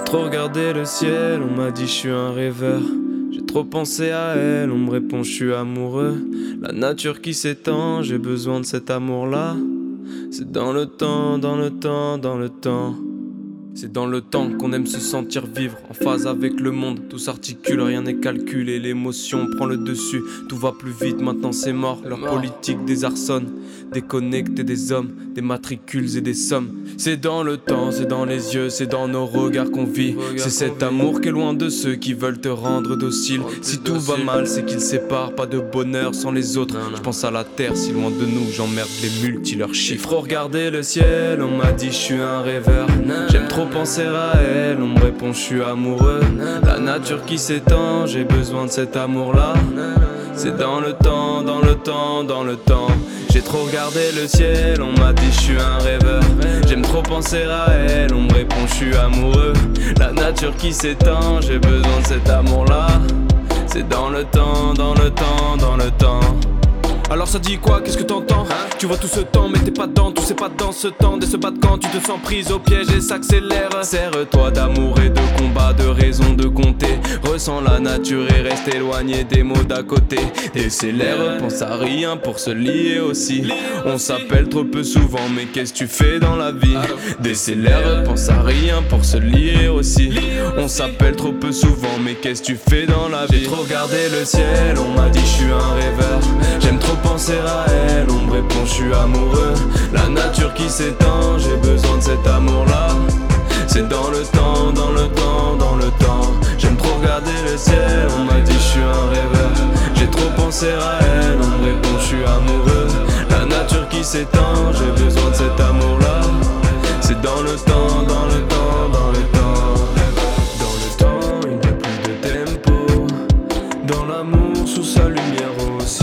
trop regardé le ciel, on m'a dit je suis un rêveur. J'ai trop pensé à elle, on me répond je suis amoureux. La nature qui s'étend, j'ai besoin de cet amour-là. C'est dans le temps, dans le temps, dans le temps. C'est dans le temps qu'on aime se sentir vivre en phase avec le monde. Tout s'articule, rien n'est calculé, l'émotion prend le dessus. Tout va plus vite, maintenant c'est mort. Leur politique désarçonne, déconnecté des hommes, des matricules et des sommes. C'est dans le temps, c'est dans les yeux, c'est dans nos regards qu'on vit. C'est cet amour qui est loin de ceux qui veulent te rendre docile. Si tout va mal, c'est qu'ils séparent, pas de bonheur sans les autres. Je pense à la terre, si loin de nous, j'emmerde les multi, leurs chiffres. Il faut regarder le ciel, on m'a dit je suis un rêveur. J'aime trop penser à elle, on me répond je suis amoureux. La nature qui s'étend, j'ai besoin de cet amour-là. C'est dans le temps, dans le temps, dans le temps. J'ai trop regardé le ciel, on m'a dit je suis un rêveur. J'aime trop penser à elle, on me répond je suis amoureux. La nature qui s'étend, j'ai besoin de cet amour-là. C'est dans le temps, dans le temps, dans le temps. Alors ça dit quoi, qu'est-ce que t'entends? Tu vois tout ce temps mais t'es pas dedans, tout c'est pas dans ce temps. Dès ce bas de camp tu te sens prise au piège et s'accélère. Serre-toi d'amour et de combat, de raison de compter. Ressens la nature et reste éloigné des mots d'à côté. Décélère, pense à rien pour se lier aussi. On s'appelle trop peu souvent mais qu'est-ce que tu fais dans la vie? Décélère, pense à rien pour se lier aussi. On s'appelle trop peu souvent mais qu'est-ce que tu fais dans la vie? J'ai trop regardé le ciel, on m'a dit je suis un rêveur. J'aime trop penser à elle, on me répond je suis amoureux. La nature qui s'étend, j'ai besoin de cet amour-là. C'est dans le temps, dans le temps, dans le temps. J'aime trop regarder le ciel, on m'a dit je suis un rêveur. J'ai trop pensé à elle, on me répond je suis amoureux. La nature qui s'étend, j'ai besoin de cet amour-là. C'est dans le temps, dans le temps, dans le temps. Dans le temps, il n'y a plus de tempo. Dans l'amour, sous sa lumière aussi.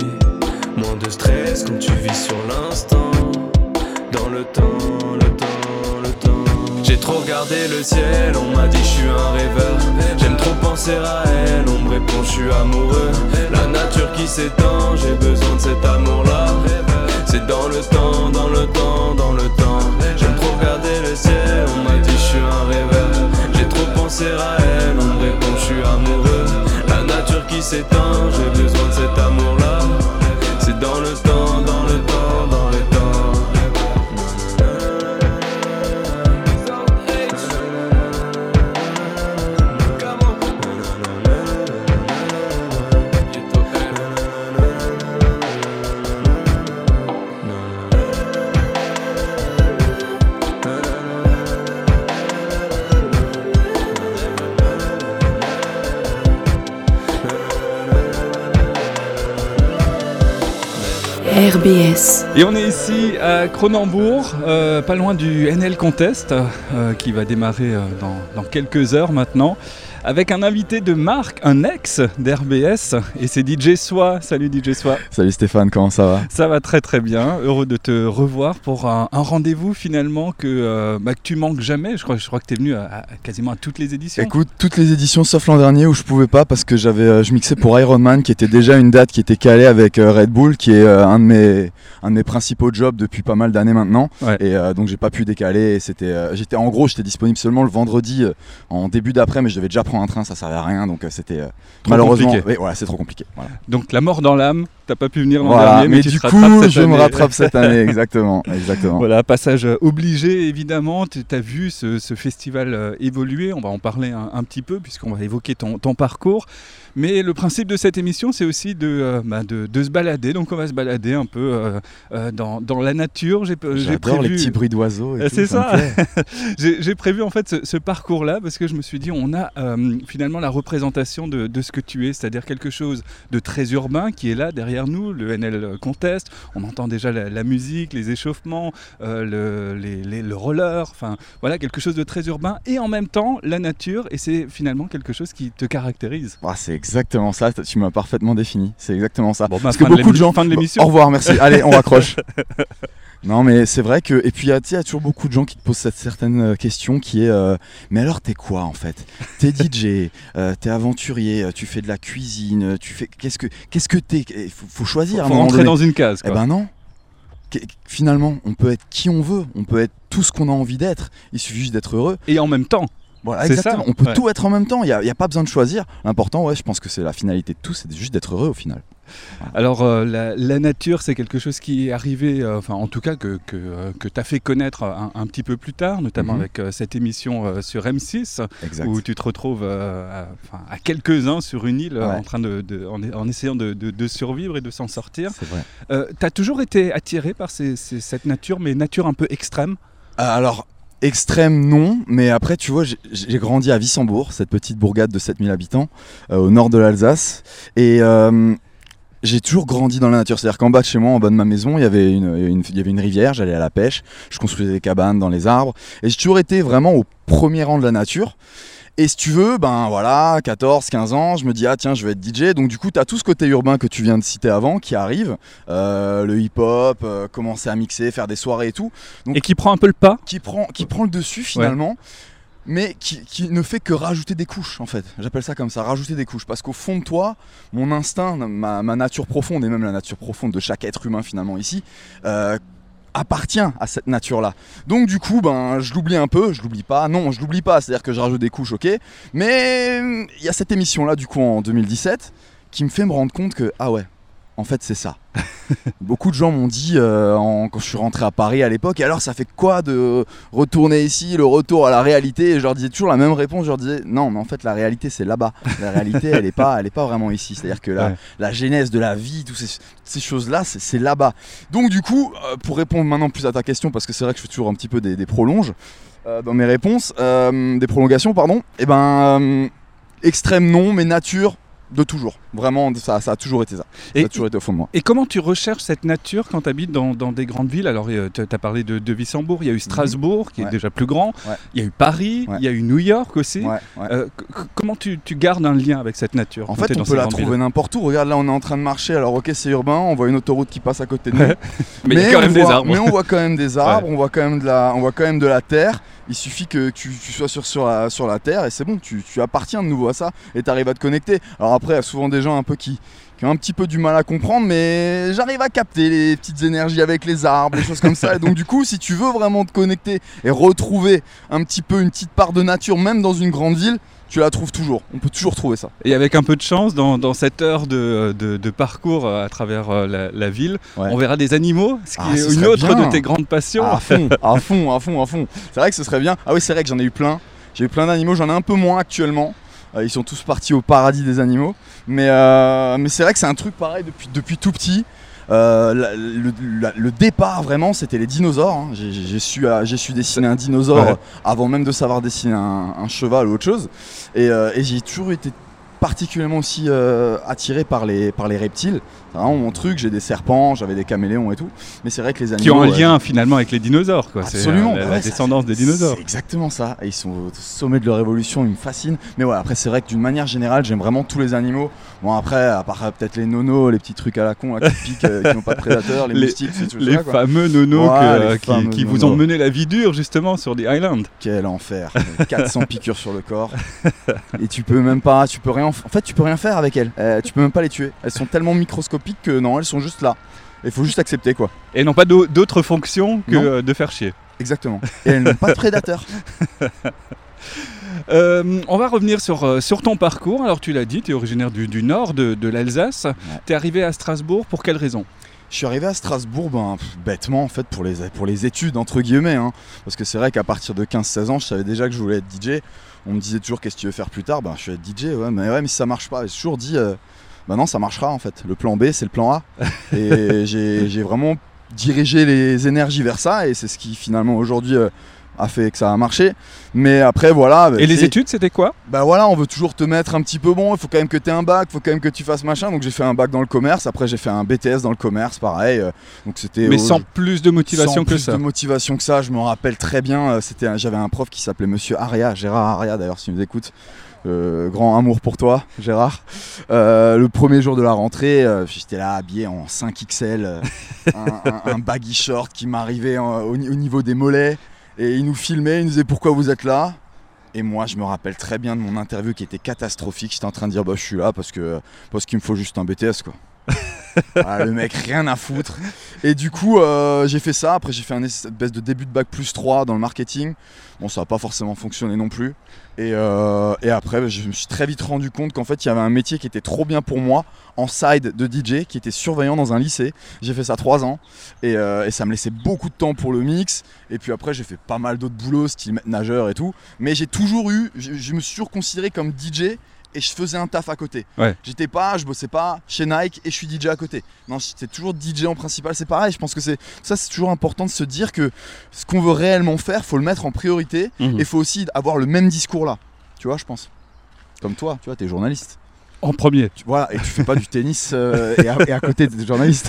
Moins de stress quand tu vis sur l'instant. Dans le temps, le temps, le temps. J'ai trop regardé le ciel, on m'a dit je suis un rêveur. J'aime trop penser à elle, on me répond je suis amoureux. La nature qui s'étend, j'ai besoin de cet amour-là. C'est dans le temps, dans le temps, dans le temps. J'aime trop regarder le ciel, on m'a dit je suis un rêveur. J'ai trop pensé à elle, on me répond je suis amoureux. La nature qui s'étend, j'ai besoin de cet amour-là. C'est dans le temps, dans le temps, dans le temps. RBS. Et on est ici à Cronenbourg, pas loin du NL Contest, qui va démarrer dans quelques heures maintenant, avec un invité de marque, un ex d'RBS, et c'est DJ Soi. Salut DJ Soi. Salut Stéphane, comment ça va? Ça va très très bien, heureux de te revoir pour un rendez-vous finalement que tu manques jamais. Je crois que tu es venu quasiment à toutes les éditions. Écoute, toutes les éditions sauf l'an dernier où je pouvais pas parce que je mixais pour Ironman qui était déjà une date qui était calée avec Red Bull qui est un de mes principaux jobs depuis pas mal d'années maintenant. Ouais. Et donc j'ai pas pu décaler. J'étais disponible seulement le vendredi en début d'après, mais je devais déjà prendre un train, ça servait à rien, donc c'était malheureusement compliqué. Voilà, c'est trop compliqué. Voilà. Donc la mort dans l'âme, t'as pas pu venir l'an dernier, mais du coup je me rattrape cette année, exactement. Voilà, passage obligé évidemment. Tu as vu ce festival évoluer, on va en parler un petit peu puisqu'on va évoquer ton parcours. Mais le principe de cette émission, c'est aussi de se balader. Donc on va se balader un peu dans la nature. J'adore prévu... les petits bruits d'oiseaux. C'est ça. J'ai prévu en fait ce parcours-là parce que je me suis dit, on a finalement la représentation de ce que tu es, c'est-à-dire quelque chose de très urbain qui est là derrière nous, le NL Contest. On entend déjà la musique, les échauffements, le roller. Enfin voilà, quelque chose de très urbain et en même temps la nature. Et c'est finalement quelque chose qui te caractérise. C'est exactement ça, tu m'as parfaitement défini, c'est exactement ça. Bon, parce que beaucoup de gens... Fin de l'émission. Au revoir, merci, allez, on raccroche. Non mais c'est vrai que, et puis il y a toujours beaucoup de gens qui te posent cette certaine question qui est mais alors t'es quoi en fait? T'es DJ, t'es aventurier, tu fais de la cuisine, tu fais qu'est-ce que t'es? Faut choisir. Faut rentrer dans une case quoi. Eh ben non. Finalement, on peut être qui on veut, on peut être tout ce qu'on a envie d'être, il suffit juste d'être heureux. Et en même temps. Voilà, exactement. On peut tout être en même temps, il n'y a pas besoin de choisir. L'important, je pense que c'est la finalité de tout, c'est juste d'être heureux au final. Alors la nature, c'est quelque chose qui est arrivé, en tout cas que tu as fait connaître un petit peu plus tard, notamment avec cette émission sur M6, exact. Où tu te retrouves à quelques-uns sur une île en train en essayant de survivre et de s'en sortir. C'est vrai. Tu as toujours été attiré par cette nature, mais nature un peu extrême? Alors, extrême non, mais après tu vois j'ai grandi à Wissembourg, cette petite bourgade de 7000 habitants au nord de l'Alsace, et j'ai toujours grandi dans la nature, c'est-à-dire qu'en bas de chez moi, en bas de ma maison, il y avait une rivière, j'allais à la pêche, je construisais des cabanes dans les arbres, et j'ai toujours été vraiment au premier rang de la nature. Et si tu veux, 14, 15 ans, je me dis tiens, je vais être DJ. Donc du coup, tu as tout ce côté urbain que tu viens de citer avant qui arrive, le hip-hop, commencer à mixer, faire des soirées et tout. Donc, et qui prend un peu le pas. Qui prend le dessus finalement. Ouais. Mais qui ne fait que rajouter des couches en fait. J'appelle ça comme ça, rajouter des couches. Parce qu'au fond de toi, mon instinct, ma nature profonde, et même la nature profonde de chaque être humain finalement ici, appartient à cette nature-là. Donc du coup, je l'oublie un peu, je l'oublie pas. Non, je l'oublie pas, c'est-à-dire que je rajoute des couches, ok. Mais il y a cette émission-là, du coup, en 2017, qui me fait me rendre compte que, en fait, c'est ça. Beaucoup de gens m'ont dit, quand je suis rentré à Paris à l'époque, et alors ça fait quoi de retourner ici, le retour à la réalité? Et je leur disais toujours la même réponse, je leur disais, non, mais en fait la réalité c'est là-bas. La réalité elle est pas vraiment ici. C'est-à-dire que la genèse de la vie, toutes ces choses-là, c'est là-bas. Donc du coup, pour répondre maintenant plus à ta question, parce que c'est vrai que je fais toujours un petit peu des prolonges dans mes réponses, des prolongations, pardon, extrême non, mais nature, de toujours, vraiment ça a toujours été ça. Ça a toujours été au fond de moi. Et comment tu recherches cette nature quand tu habites dans des grandes villes? Alors tu as parlé de Wissembourg, il y a eu Strasbourg qui est déjà plus grand, il y a eu Paris, il y a eu New York aussi. Comment tu gardes un lien avec cette nature? En fait on peut la trouver n'importe où. Regarde, là on est en train de marcher, alors ok c'est urbain, on voit une autoroute qui passe à côté de nous, mais il y a quand même des arbres. Mais on voit quand même des arbres, on voit quand même de la terre. Il suffit que tu sois sur la terre et c'est bon, tu appartiens de nouveau à ça et tu arrives à te connecter. Alors après, il y a souvent des gens un peu qui ont un petit peu du mal à comprendre, mais j'arrive à capter les petites énergies avec les arbres, les choses comme ça. Et donc du coup, si tu veux vraiment te connecter et retrouver un petit peu une petite part de nature, même dans une grande ville, tu la trouves toujours, on peut toujours trouver ça. Et avec un peu de chance, dans cette heure de parcours à travers la ville, on verra des animaux, ce qui est une autre de tes grandes passions. À fond. C'est vrai que ce serait bien. Ah oui, c'est vrai que j'en ai eu plein. J'ai eu plein d'animaux, j'en ai un peu moins actuellement. Ils sont tous partis au paradis des animaux. Mais c'est vrai que c'est un truc pareil depuis tout petit. Le départ vraiment c'était les dinosaures. J'ai su dessiner un dinosaure avant même de savoir dessiner un cheval ou autre chose, et j'ai toujours été particulièrement aussi attiré par les reptiles. C'est vraiment mon truc. J'ai des serpents, j'avais des caméléons et tout, mais c'est vrai que les animaux qui ont un lien finalement avec les dinosaures quoi. Absolument, c'est la descendance des dinosaures. C'est exactement ça, et ils sont au sommet de leur évolution, ils me fascinent. Mais après c'est vrai que d'une manière générale j'aime vraiment tous les animaux. Bon après, à part peut-être les nonos, les petits trucs à la con là, qui piquent, qui n'ont pas de prédateurs, les moustiques, les fameux nonos qui vous ont mené la vie dure justement sur des Island. Quel enfer, 400 piqûres sur le corps, et tu peux rien faire avec elles. Tu peux même pas les tuer. Elles sont tellement microscopiques que non, elles sont juste là. Il faut juste accepter quoi. Et n'ont pas d'autre fonction que de faire chier. Exactement. Et elles n'ont pas de prédateurs. On va revenir sur ton parcours. Alors tu l'as dit, tu es originaire du nord de l'Alsace. Tu es arrivé à Strasbourg pour quelle raison? Je suis arrivé à Strasbourg bêtement en fait pour les études entre guillemets, parce que c'est vrai qu'à partir de 15-16 ans je savais déjà que je voulais être DJ. On me disait toujours qu'est-ce que tu veux faire plus tard, je vais être DJ, mais si ça marche pas, j'ai toujours dit non, ça marchera en fait, le plan B c'est le plan A. Et j'ai vraiment dirigé les énergies vers ça, et c'est ce qui finalement aujourd'hui a fait que ça a marché. Mais après voilà. Et les études c'était quoi? On veut toujours te mettre un petit peu il faut quand même que tu aies un bac, il faut quand même que tu fasses machin. Donc j'ai fait un bac dans le commerce, après j'ai fait un BTS dans le commerce, pareil. Donc c'était. Mais sans plus de motivation que ça. Sans plus de motivation que ça, je me rappelle très bien. J'avais un prof qui s'appelait Monsieur Aria, Gérard Aria d'ailleurs si tu nous écoutes. Grand amour pour toi, Gérard. Le premier jour de la rentrée, j'étais là habillé en 5XL, un baggy short qui m'arrivait au niveau des mollets. Et il nous filmait, il nous disait pourquoi vous êtes là. Et moi je me rappelle très bien de mon interview qui était catastrophique. J'étais en train de dire je suis là parce qu'il me faut juste un BTS quoi. Voilà, le mec, rien à foutre. Et du coup, j'ai fait ça. Après, j'ai fait un espèce de début de bac +3 dans le marketing. Bon, ça n'a pas forcément fonctionné non plus. Et après, je me suis très vite rendu compte qu'en fait, il y avait un métier qui était trop bien pour moi en side de DJ, qui était surveillant dans un lycée. J'ai fait ça 3 ans et ça me laissait beaucoup de temps pour le mix. Et puis après, j'ai fait pas mal d'autres boulots, style nageur et tout. Mais j'ai toujours eu, je me suis toujours considéré comme DJ. Et je faisais un taf à côté. Ouais. Je bossais pas chez Nike et je suis DJ à côté. Non, j'étais toujours DJ en principal. C'est pareil, je pense que c'est toujours important de se dire que ce qu'on veut réellement faire, faut le mettre en priorité. Et il faut aussi avoir le même discours là. Tu vois, je pense. Comme toi, tu vois, t'es journaliste. En premier. Voilà, et tu fais pas du tennis et à côté t'es journaliste.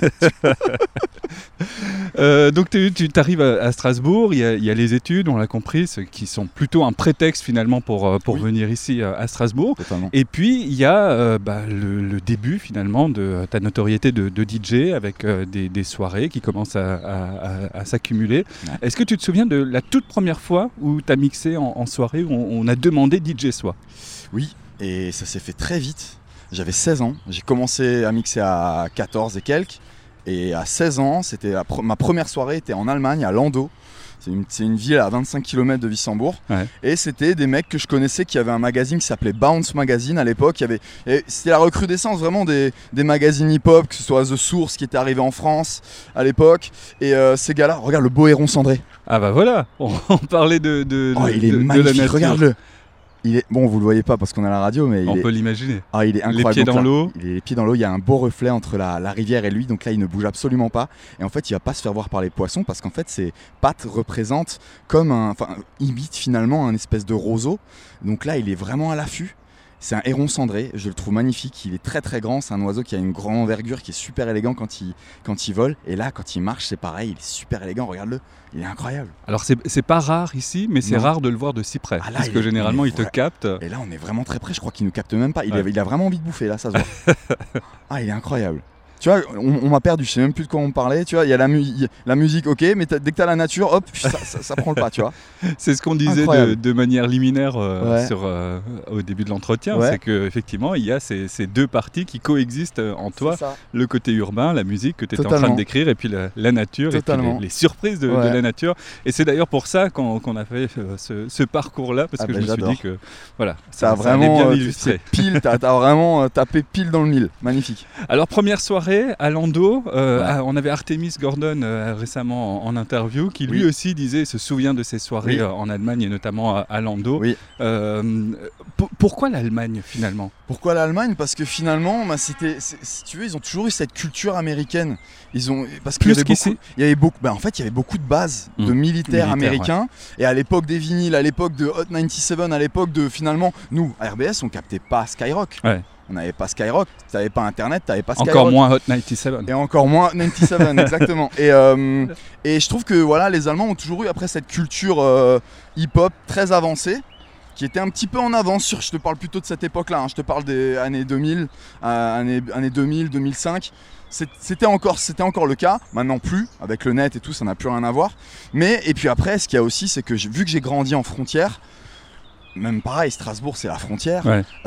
Donc tu arrives à Strasbourg, il y a les études, on l'a compris, qui sont plutôt un prétexte finalement pour venir ici à Strasbourg. Totalement. Et puis il y a le début finalement de ta notoriété de DJ avec des soirées qui commencent à s'accumuler. Ouais. Est-ce que tu te souviens de la toute première fois où tu as mixé en soirée, où on a demandé DJ Soi ? Oui, et ça s'est fait très vite. J'avais 16 ans, j'ai commencé à mixer à 14 et quelques. Et à 16 ans, ma première soirée était en Allemagne, à Landau. C'est une ville à 25 km de Wissembourg. Ouais. Et c'était des mecs que je connaissais qui avaient un magazine qui s'appelait Bounce Magazine à l'époque. C'était la recrudescence vraiment des magazines hip-hop, que ce soit The Source qui était arrivé en France à l'époque. Et ces gars-là, regarde le beau héron cendré. Ah bah voilà, on parlait de il est magnifique, regarde-le. Bon, vous le voyez pas parce qu'on a la radio, mais on peut l'imaginer. Il est incroyable. Les pieds dans l'eau. Il est les pieds dans l'eau. Il y a un beau reflet entre la rivière et lui. Donc là, il ne bouge absolument pas. Et en fait, il va pas se faire voir par les poissons parce qu'en fait, ses pattes représentent imite finalement un espèce de roseau. Donc là, il est vraiment à l'affût. C'est un héron cendré, je le trouve magnifique, il est très très grand, c'est un oiseau qui a une grande envergure, qui est super élégant quand il vole. Et là, quand il marche, c'est pareil, il est super élégant, regarde-le, il est incroyable. Alors c'est pas rare ici, mais c'est rare de le voir de si près, parce que généralement il te capte. Et là on est vraiment très près, je crois qu'il nous capte même pas, il a vraiment envie de bouffer là, ça se voit. Ah, il est incroyable. Tu vois, on m'a perdu, je sais même plus de quoi on parlait, tu vois, il y a la musique, ok, mais dès que t'as la nature, hop, ça prend le pas, tu vois. C'est ce qu'on disait de manière liminaire au début de l'entretien, c'est qu'effectivement, il y a ces deux parties qui coexistent en toi, le côté urbain, la musique que tu étais en train de décrire, et puis la nature, Totalement. et puis les surprises de la nature. Et c'est d'ailleurs pour ça qu'on a fait ce parcours-là, parce que je me suis dit que voilà, ça vraiment allait bien illustrer. T'as vraiment tapé pile dans le mille, magnifique. Alors première soirée à Landau, on avait Artemis Gordon récemment en interview qui lui aussi se souvient de ses soirées en Allemagne et notamment à Landau. Oui. Pourquoi l'Allemagne finalement ? Pourquoi l'Allemagne ? Parce que finalement, si tu veux, ils ont toujours eu cette culture américaine. Parce qu'il y avait beaucoup de bases de militaires américains. Ouais. Et à l'époque des vinyles, à l'époque de Hot 97, à l'époque de finalement, nous, à RBS, on captait pas Skyrock. Ouais. On n'avait pas Skyrock, t'avais pas Internet, t'avais pas Skyrock. Encore moins Hot 97. Et encore moins Hot 97, exactement. Et je trouve que voilà, les Allemands ont toujours eu après cette culture hip-hop très avancée, qui était un petit peu en avance je te parle plutôt de cette époque-là, je te parle des années 2000, années 2000, 2005. C'était encore le cas, maintenant plus, avec le net et tout, ça n'a plus rien à voir. Et puis après, ce qu'il y a aussi, c'est que vu que j'ai grandi en frontière, même pareil, Strasbourg c'est la frontière,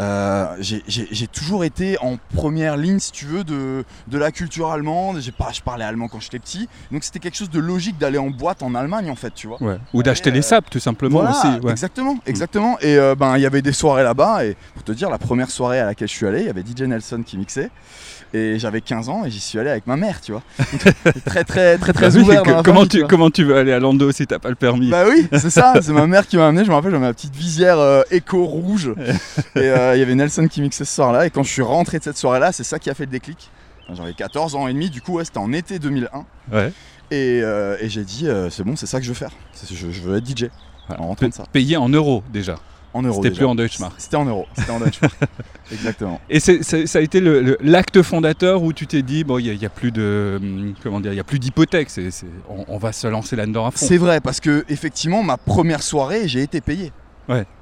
j'ai toujours été en première ligne si tu veux de la culture allemande. Je parlais allemand quand j'étais petit, donc c'était quelque chose de logique d'aller en boîte en Allemagne en fait, tu vois. Ou d'acheter les sapes tout simplement aussi. Exactement. Et il y avait des soirées là-bas, et pour te dire, la première soirée à laquelle je suis allé, il y avait DJ Nelson qui mixait. Et j'avais 15 ans et j'y suis allé avec ma mère, tu vois. Très très très très ouvert. Comment tu veux aller à Landau si t'as pas le permis ? Bah oui, c'est ça, c'est ma mère qui m'a amené. Je me rappelle, j'avais ma petite visière éco rouge. Et il y avait Nelson qui mixait ce soir-là. Et quand je suis rentré de cette soirée-là, c'est ça qui a fait le déclic. J'avais 14 ans et demi, du coup, c'était en été 2001. Ouais. Et j'ai dit, c'est bon, c'est ça que je veux faire. Je veux être DJ. En rentrant de ça. Payé en euros déjà. En euros. C'était plus en Deutschmark. C'était en euros. Exactement. Et ça a été l'acte fondateur où tu t'es dit bon, il y a plus de il y a plus d'hypothèque. On va se lancer là-dedans à fond. C'est vrai parce que effectivement ma première soirée j'ai été payé. Ouais.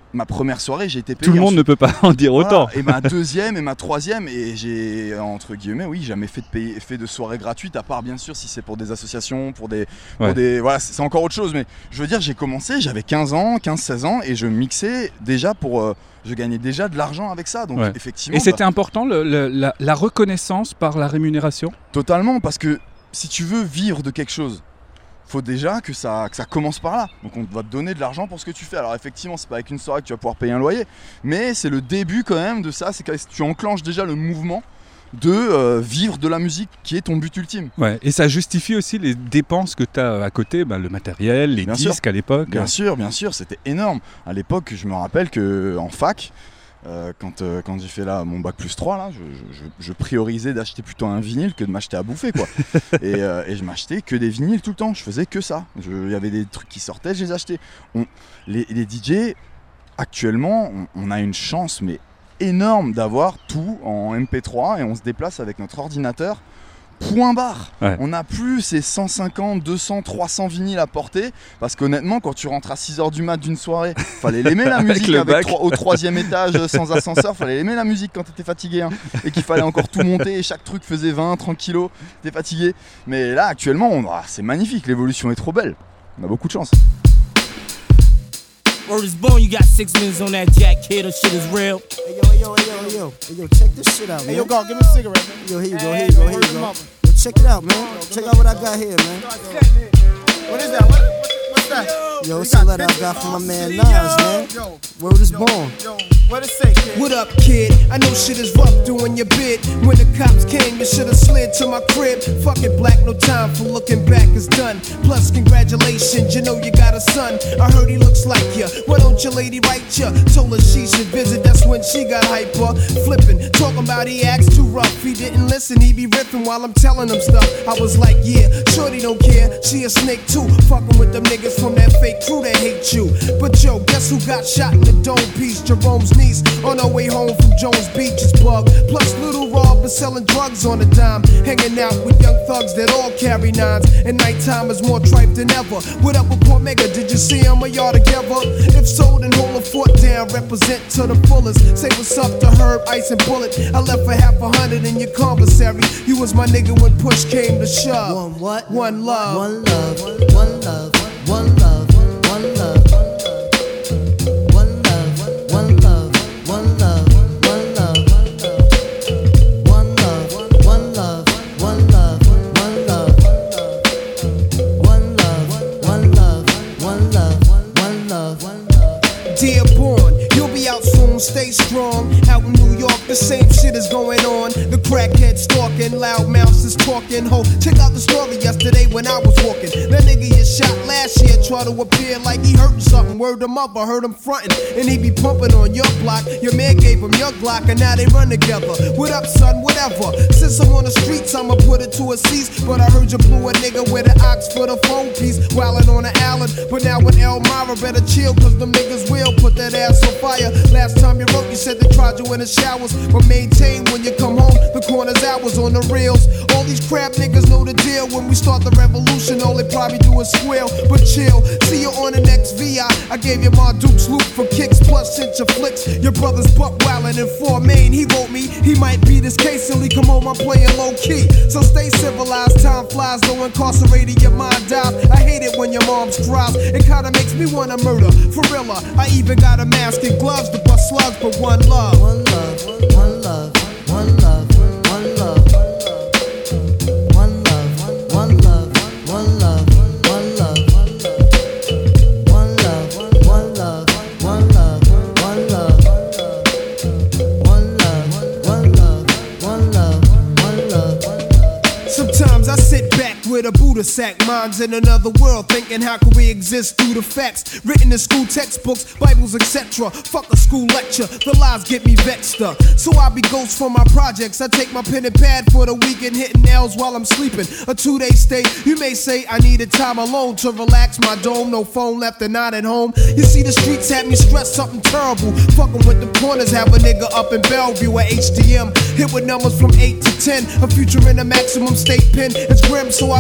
ma première soirée, j'ai été payé. Tout le monde ne peut pas en dire autant. Et ma deuxième et ma troisième, et j'ai, entre guillemets, jamais fait de soirée gratuite, à part bien sûr si c'est pour des associations, pour des voilà, c'est encore autre chose. Mais je veux dire, j'ai commencé, j'avais 15-16 ans, et je mixais déjà je gagnais déjà de l'argent avec ça, donc effectivement. Et c'était important la reconnaissance par la rémunération ? Totalement, parce que si tu veux vivre de quelque chose, faut déjà que ça commence par là. Donc on va te donner de l'argent pour ce que tu fais. Alors effectivement, c'est pas avec une soirée que tu vas pouvoir payer un loyer, mais c'est le début quand même de ça. C'est que tu enclenches déjà le mouvement de vivre de la musique qui est ton but ultime. Ouais, et ça justifie aussi les dépenses que tu as à côté, le matériel, les disques à l'époque. Bien sûr, c'était énorme. À l'époque, je me rappelle qu'en fac, quand j'ai fait là mon bac plus 3 là, je priorisais d'acheter plutôt un vinyle que de m'acheter à bouffer quoi. et je m'achetais que des vinyles tout le temps, je faisais que ça. Il y avait des trucs qui sortaient, je les achetais. Les DJ actuellement, on a une chance mais énorme d'avoir tout en MP3 et on se déplace avec notre ordinateur. Point barre. On n'a plus ces 150, 200, 300 vinyles à porter parce qu'honnêtement quand tu rentres à 6h du mat d'une soirée, fallait l'aimer la musique au 3e étage sans ascenseur, fallait aimer la musique quand t'étais fatigué et qu'il fallait encore tout monter et chaque truc faisait 20, 30 kilos, t'es fatigué. Mais là actuellement c'est magnifique, l'évolution est trop belle, on a beaucoup de chance. Word is born, you got 6 minutes on that jack, kid, the shit is real. Hey yo, check this shit out, man. Hey yo, God, give me a cigarette, man. Yo, here you go. Yo, check it out, man. Check out what I got here, man. What is that? What's that? Yo, it's a letter I got from my man Nas, man. Word is born. What it say, kid? What up, kid? I know shit is rough doing your bid. When the cops came, you should've slid to my crib. Fuck it, black, no time for looking back, it's done. Plus, congratulations, you know you got a son. I heard he looks like ya. Why don't your lady write ya? Told her she should visit, that's when she got hyper. Flipping, talking about he acts too rough. He didn't listen, he be ripping while I'm telling him stuff. I was like, yeah, shorty don't care. She a snake too. Fucking with them niggas from that fake crew that hate you. But yo, guess who got shot in the dome piece? Jerome's niece on her way home from Jones Beach is bugged. Plus Little Rob is selling drugs on a dime, hanging out with young thugs that all carry nines. And nighttime is more tripe than ever. What up with Port Mega? Did you see him or y'all together? If so, then hold a fort down, represent to the fullest. Say what's up to Herb, Ice and Bullet. I left for $100 in your commissary. You was my nigga when push came to shove. One what? One love. One love. One love. One love. One love. Stay strong, out in New York, the same shit is going on. The crackhead stalking, loud mouths is talking. Ho, check out the story yesterday when I was walking. That nigga you shot last year tried to appear like he hurtin' something. Word him up, I heard him frontin', and he be pumping on your block. Your man gave him your Glock, and now they run together. What up, son? Whatever. Since I'm on the streets, I'ma put it to a cease. But I heard you blew a nigga with an ox for the phone piece, wildin' on the island. But now with Elmira, better chill, cause them niggas will put that ass on fire. Last time you wrote, you said they tried you in the showers, but maintain when you come home, the corner's hours on the reels. All these crap niggas know the deal. When we start the revolution, all they probably do is squeal. But chill, see you on the next VI. I gave you my Duke's loop for kicks, plus sent your flicks. Your brother's buck wildin' in 4 Main. He wrote me, he might be this case till he come home, I'm playing low key. So stay civilized, time flies, though incarcerated, your mind dies. I hate it when your mom's cries, it kinda makes me wanna murder. For real, I even got a mask and gloves to bust slugs, but one love. One love, one love, one love, one love. One love, one love, one love, one love. One love, one love, one love, one love. One love, one love, one love, one love. Sometimes I sit back with a Buddha sack, minds in another world, thinking how can we exist through the facts written in school textbooks, Bibles, etc. Fuck a school lecture, the lies get me vexed up. So I be ghost for my projects. I take my pen and pad for the weekend, hitting L's while I'm sleeping. A 2-day stay, you may say I needed time alone to relax my dome. No phone left and not at home. You see the streets had me stressed, something terrible. Fucking with the corners, have a nigga up in Bellevue at HDM. Hit with numbers from 8 to 10, a future in a maximum state pen. It's grim, so I comes back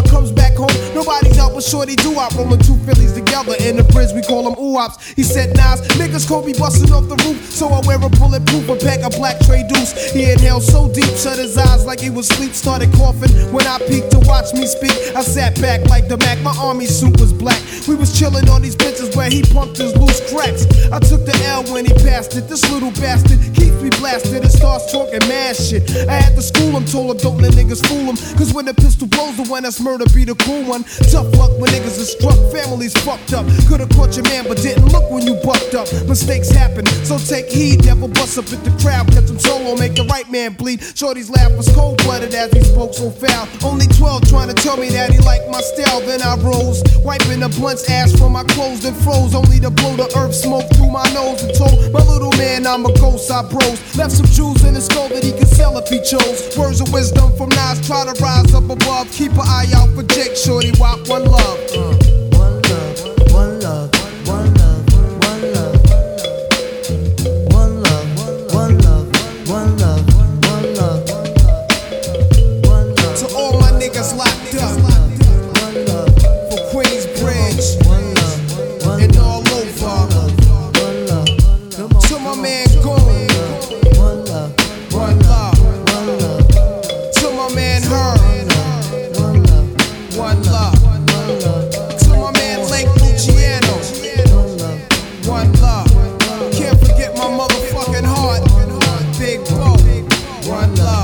back home, nobody's helping shorty do up. Rolling two Phillies together in the bridge, we call them oops. He said, Nas, niggas could be busting off the roof, so I wear a bulletproof and pack a black tray deuce. He inhaled so deep, shut his eyes like he was asleep, started coughing. When I peeked to watch me speak, I sat back like the Mac, my army suit was black. We was chilling on these benches where he pumped his loose cracks. I took the L when he passed it, this little bastard keeps me blasted and starts talking mad shit. I had to school him, told him don't let niggas fool him, cause when the pistol blows, the one that's murder be the cool one. Tough luck when niggas are struck, families fucked up. Could've caught your man but didn't look when you bucked up. Mistakes happen, so take heed, never bust up at the crowd. Catch him solo, make the right man bleed. Shorty's laugh was cold-blooded as he spoke so foul. Only 12 trying to tell me that he liked my style. Then I rose, wiping the blunt's ash from my clothes, then froze, only to blow the earth smoke through my nose. And told my little man I'm a ghost, I bros. Left some jewels in his skull that he could sell if he chose. Words of wisdom from Nas, try to rise up above. Keep an eye out for Jake, shorty, walk one love. One love, one love, one love, one love. One love, one love, one love, one love. One love. To all my niggas locked up, One love, for Queensbridge one love, one and all over. one love. Come on, To my man Goon, one love, one love. one love, To my man Herb, one love, one love. one love, To my man Lake Luciano, one love. one love. Can't forget my motherfucking heart, Big Bo, one love.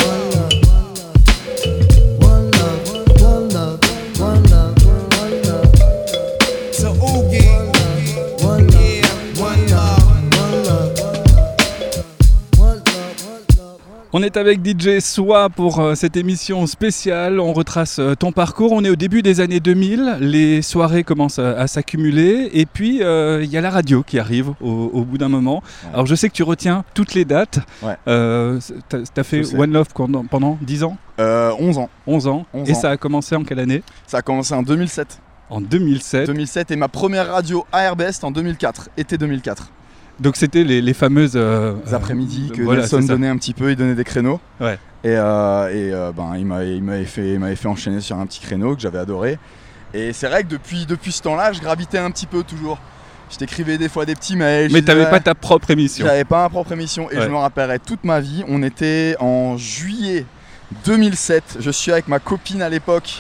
One love, one love, one love, one love, To Oogie, one love, yeah, one love. one love, one love. On est avec DJ Soi pour cette émission spéciale. On retrace ton parcours. On est au début des années 2000. Les soirées commencent à s'accumuler. Et puis, il y a la radio qui arrive au bout d'un moment. Ouais. Alors, je sais que tu retiens toutes les dates. Ouais. T'as fait Je sais. One Love pendant 10 ans 11 ans. 11 ans. 11 Et ans. ça a commencé en quelle année? Ça a commencé en 2007. En 2007. 2007 et ma première radio ARBS c'était en 2004, été 2004. Donc, c'était les fameuses... Les après-midi que voilà, Nelson c'est ça. donnait un petit peu, il donnait des créneaux. Ouais. Et il m'avait fait enchaîner sur un petit créneau que j'avais adoré. Et c'est vrai que depuis ce temps-là, je gravitais un petit peu toujours. Je t'écrivais des fois des petits mails. Mais t'avais pas ta propre émission. J'avais pas ma propre émission et Ouais. je me rappellerai toute ma vie. On était en juillet 2007. Je suis avec ma copine à l'époque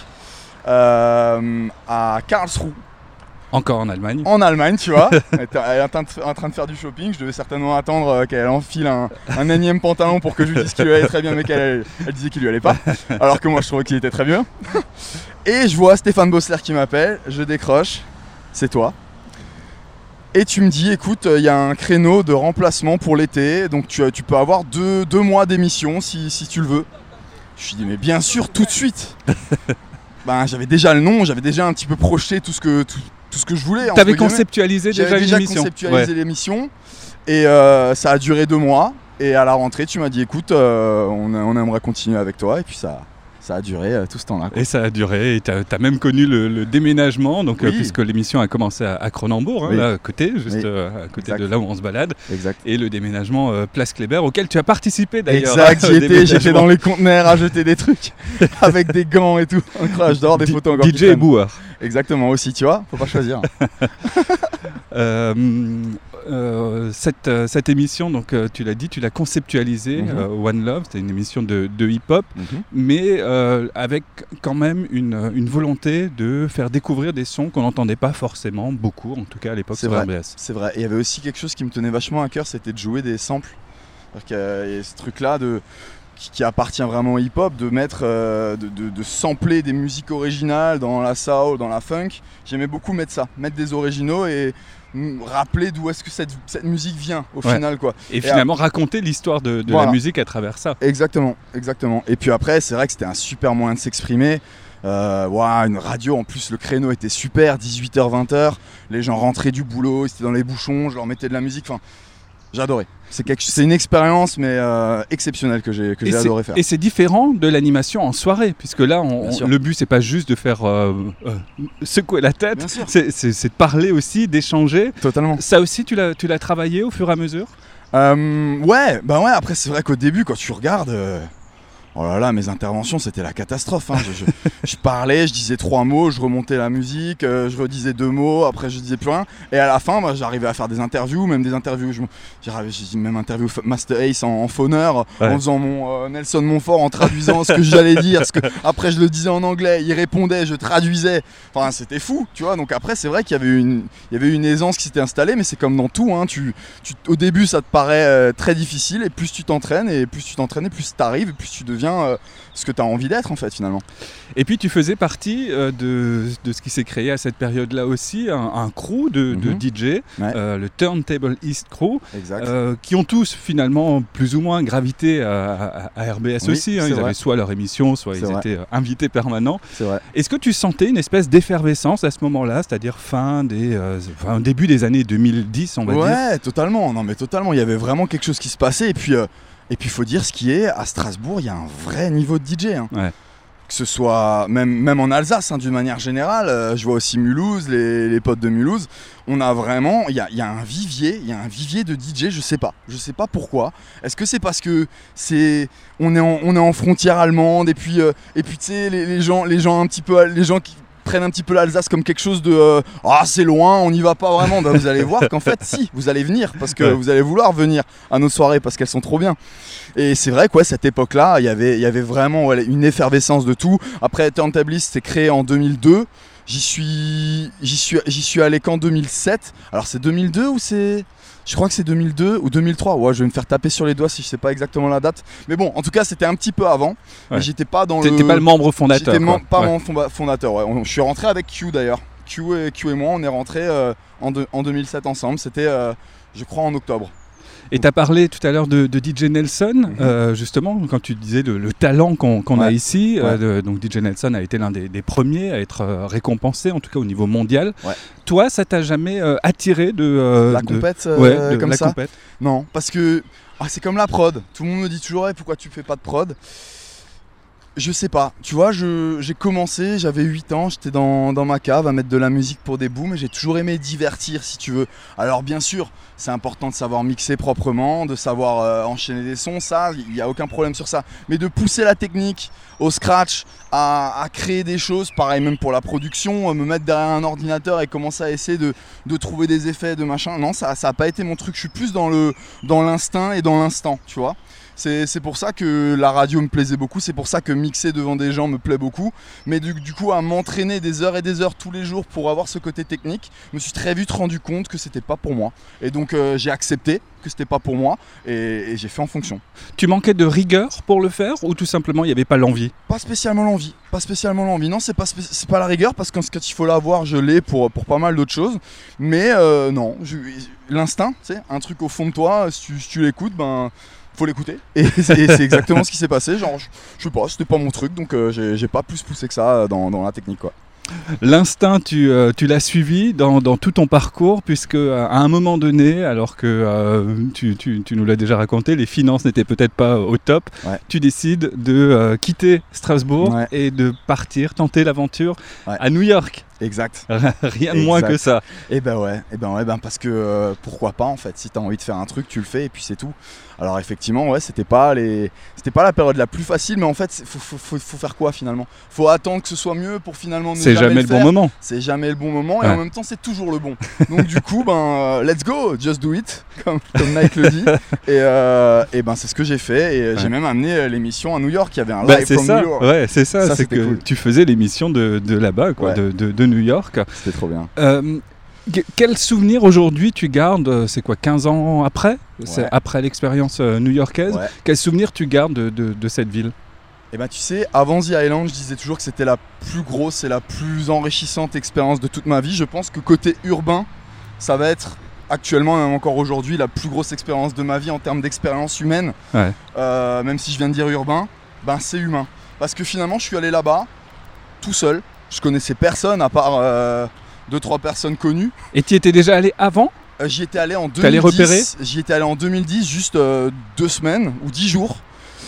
à Karlsruhe. Encore en Allemagne. En Allemagne, tu vois. Elle était en train de faire du shopping. Je devais certainement attendre qu'elle enfile un énième pantalon pour que je lui dise qu'il lui allait très bien, mais elle disait qu'il lui allait pas. Alors que moi, je trouvais qu'il était très bien. Et je vois Stéphane Bossler qui m'appelle. Je décroche. C'est toi. Et tu me dis, écoute, il y a un créneau de remplacement pour l'été. Donc tu peux avoir deux mois d'émission si tu le veux. Je lui dis, mais bien sûr, tout de suite. J'avais déjà le nom. J'avais déjà un petit peu projeté tout ce que je voulais. T'avais entre guillemets. conceptualisé J'avais déjà déjà l'émission. conceptualisé l'émission et ça a duré 2 mois et à la rentrée tu m'as dit écoute on aimerait continuer avec toi et puis ça a duré tout ce temps-là quoi. Et ça a duré, et t'as même connu le déménagement, donc, Oui. puisque l'émission a commencé à Cronenbourg, hein, Oui. là à côté, juste Oui. À côté Exact. de là où on se balade, Exact. et le déménagement Place Kléber, auquel tu as participé d'ailleurs. Exact, au j'étais déménagement. dans les conteneurs à jeter des trucs avec des gants et tout. Incroyable, j'adore des photos encore qui DJ et traînent. boueur. Exactement aussi, tu vois, faut pas choisir. Cette émission, donc tu l'as dit, tu l'as conceptualisée, One Love, c'était une émission de hip-hop, mais avec quand même une volonté de faire découvrir des sons qu'on n'entendait pas forcément beaucoup, en tout cas à l'époque C'est sur vrai. RBS. C'est vrai, et il y avait aussi quelque chose qui me tenait vachement à cœur, c'était de jouer des samples. C'est-à-dire qu'il y a ce truc-là qui appartient vraiment au hip-hop, de mettre, de sampler des musiques originales dans la soul, dans la funk. J'aimais beaucoup mettre des originaux et rappeler d'où est-ce que cette musique vient au final quoi. Et finalement raconter l'histoire de voilà. la musique à travers ça. Exactement. Et puis après c'est vrai que c'était un super moyen de s'exprimer. Une radio en plus, le créneau était super, 18h 20h, les gens rentraient du boulot, ils étaient dans les bouchons, je leur mettais de la musique, enfin j'adorais. C'est une expérience mais exceptionnelle que j'ai adoré faire. Et c'est différent de l'animation en soirée, puisque là le but c'est pas juste de faire secouer la tête, c'est de parler aussi, d'échanger. Totalement. Ça aussi tu l'as travaillé au fur et à mesure? Ouais, après c'est vrai qu'au début quand tu regardes Oh là là, mes interventions, c'était la catastrophe. Hein. Je parlais, je disais 3 mots, je remontais la musique, je redisais 2 mots, après je disais plus rien. Et à la fin, moi, j'arrivais à faire des interviews, même des interviews. J'ai même interview Master Ace en phoneur, en faisant mon Nelson Montfort, en traduisant ce que j'allais dire. Après, je le disais en anglais, il répondait, je traduisais. Enfin, c'était fou, tu vois. Donc après, c'est vrai qu'il y avait une aisance qui s'était installée, mais c'est comme dans tout. Hein. Au début, ça te paraît très difficile, et plus tu t'entraînes, et plus t'arrives, et plus tu deviens ce que tu as envie d'être en fait finalement. Et puis tu faisais partie de ce qui s'est créé à cette période-là aussi, un crew de DJ, le Turntable East Crew, qui ont tous finalement plus ou moins gravité à RBS aussi. Hein. Ils avaient soit leur émission, soit ils étaient invités permanents. C'est vrai. Est-ce que tu sentais une espèce d'effervescence à ce moment-là, c'est-à-dire début des années 2010 on va dire? Ouais, totalement. Non mais totalement. Il y avait vraiment quelque chose qui se passait et puis il faut dire ce qui est, à Strasbourg, il y a un vrai niveau de DJ. Hein. Ouais. Que ce soit même en Alsace, hein, d'une manière générale. Je vois aussi Mulhouse, les potes de Mulhouse. On a vraiment, il y a un vivier de DJ. Je sais pas pourquoi. Est-ce que c'est parce que on est en frontière allemande et puis tu sais les gens un petit peu, les gens qui prennent un petit peu l'Alsace comme quelque chose de c'est loin, on n'y va pas vraiment. Bah, vous allez voir qu'en fait si, vous allez venir parce que vous allez vouloir venir à nos soirées parce qu'elles sont trop bien. Et c'est vrai que cette époque-là, il y avait vraiment une effervescence de tout. Après, Turntablist s'est créé en 2002. J'y suis allé qu'en 2007. Alors c'est 2002 ou c'est... Je crois que c'est 2002 ou 2003. Ouais, je vais me faire taper sur les doigts si je sais pas exactement la date. Mais bon, en tout cas, c'était un petit peu avant. Ouais. Mais j'étais pas dans T'étais pas le membre fondateur. J'étais pas membre fondateur. Ouais. Je suis rentré avec Q d'ailleurs. Q et moi, on est rentrés en 2007 ensemble. C'était, je crois, en octobre. Et tu as parlé tout à l'heure de DJ Nelson, justement, quand tu disais le talent qu'on a ici. Donc DJ Nelson a été l'un des premiers à être récompensé, en tout cas au niveau mondial. Ouais. Toi, ça t'a jamais attiré de... La compète comme ça compète. Non, parce que c'est comme la prod. Tout le monde me dit toujours pourquoi tu fais pas de prod. Je sais pas, tu vois, j'ai commencé, j'avais 8 ans, j'étais dans ma cave à mettre de la musique pour des booms et j'ai toujours aimé divertir si tu veux. Alors bien sûr, c'est important de savoir mixer proprement, de savoir enchaîner des sons, ça, il n'y a aucun problème sur ça. Mais de pousser la technique au scratch, à créer des choses, pareil même pour la production, me mettre derrière un ordinateur et commencer à essayer de trouver des effets, de machin, non, ça a pas été mon truc, je suis plus dans l'instinct et dans l'instant, tu vois. C'est pour ça que la radio me plaisait beaucoup, c'est pour ça que mixer devant des gens me plaît beaucoup. Mais du coup, à m'entraîner des heures et des heures tous les jours pour avoir ce côté technique, je me suis très vite rendu compte que c'était pas pour moi. Et donc j'ai accepté que c'était pas pour moi et j'ai fait en fonction. Tu manquais de rigueur pour le faire ou tout simplement il n'y avait pas l'envie? Pas spécialement l'envie. Non, c'est pas la rigueur parce que quand il faut l'avoir, je l'ai pour pas mal d'autres choses. Mais non, l'instinct, tu sais, un truc au fond de toi, si tu l'écoutes, faut l'écouter et c'est exactement ce qui s'est passé. Genre je sais pas, c'était pas mon truc, donc j'ai pas plus poussé que ça dans la technique quoi. L'instinct, tu l'as suivi dans tout ton parcours, puisque à un moment donné, alors que tu nous l'as déjà raconté, les finances n'étaient peut-être pas au top, tu décides de quitter Strasbourg et de partir tenter l'aventure à New York. Exact. Rien de moins que ça. Et parce que pourquoi pas en fait, si t'as envie de faire un truc, tu le fais et puis c'est tout. Alors effectivement, c'était pas la période la plus facile, mais en fait, faut faire quoi finalement? Faut attendre que ce soit mieux pour finalement ne jamais le faire. Bon moment. C'est jamais le bon moment et en même temps, c'est toujours le bon. Donc du coup, let's go, just do it, comme Nike le dit. Et c'est ce que j'ai fait et j'ai même amené l'émission à New York. Il y avait un live from New York. Ouais, c'est ça. C'est que cool. Tu faisais l'émission de là-bas, quoi, de New York. C'était trop bien. Quel souvenir aujourd'hui tu gardes? C'est quoi, 15 ans après? C'est après l'expérience new-yorkaise. Quel souvenir tu gardes de cette ville? Tu sais, avant The Island, je disais toujours que c'était la plus grosse et la plus enrichissante expérience de toute ma vie. Je pense que côté urbain, ça va être actuellement, même encore aujourd'hui, la plus grosse expérience de ma vie en termes d'expérience humaine. Même si je viens de dire urbain, c'est humain. Parce que finalement, je suis allé là-bas, tout seul. Je connaissais personne à part 2-3 personnes connues. Et tu y étais déjà allé avant? J'y étais allé en 2010. T'allais repérer? J'y étais allé en 2010, juste 2 semaines ou 10 jours.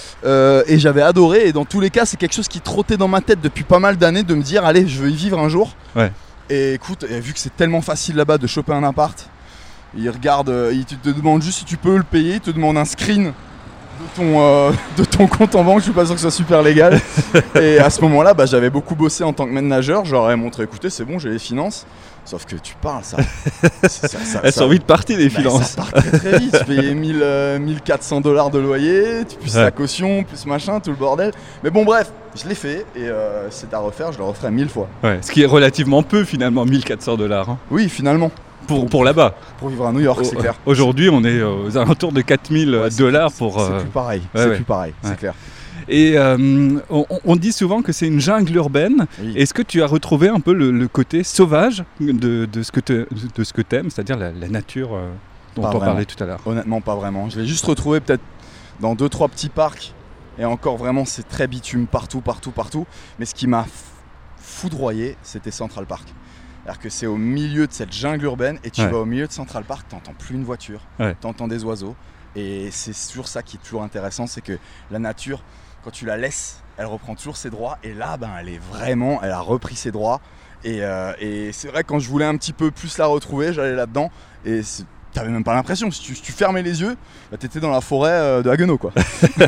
Et j'avais adoré. Et dans tous les cas, c'est quelque chose qui trottait dans ma tête depuis pas mal d'années de me dire, allez, je veux y vivre un jour. Et écoute, vu que c'est tellement facile là-bas de choper un appart, il te demande juste si tu peux le payer, il te demande un screen de ton compte en banque, je suis pas sûr que ce soit super légal. Et à ce moment-là, j'avais beaucoup bossé en tant que maître nageur. J'aurais montré, écoutez, c'est bon, j'ai les finances. Sauf que tu parles, ça. Elles sont vite parties, les finances. Ça part très très vite. Tu payais $1,400 de loyer, plus la caution, plus machin, tout le bordel. Mais bon, bref, je l'ai fait et c'est à refaire, je le referai 1000 fois. Ouais, ce qui est relativement peu finalement, $1,400. Hein. Oui, finalement. Pour là-bas. Pour vivre à New York, c'est clair. Aujourd'hui, on est aux alentours de $4,000 pour. C'est plus pareil, plus pareil, c'est clair. Et on dit souvent que c'est une jungle urbaine. Oui. Est-ce que tu as retrouvé un peu le côté sauvage de ce que t'aimes, c'est-à-dire la nature dont on parlait tout à l'heure? Honnêtement, pas vraiment. Je l'ai juste retrouvé peut-être dans 2-3 petits parcs. Et encore vraiment, c'est très bitume partout. Mais ce qui m'a foudroyé, c'était Central Park. C'est-à-dire que c'est au milieu de cette jungle urbaine et tu vas au milieu de Central Park, t'entends plus une voiture, t'entends des oiseaux. Et c'est toujours ça qui est toujours intéressant, c'est que la nature, quand tu la laisses, elle reprend toujours ses droits. Et là, elle a repris ses droits. Et c'est vrai que quand je voulais un petit peu plus la retrouver, j'allais là-dedans. Et t'avais même pas l'impression. Si tu fermais les yeux, t'étais dans la forêt de Haguenau, quoi.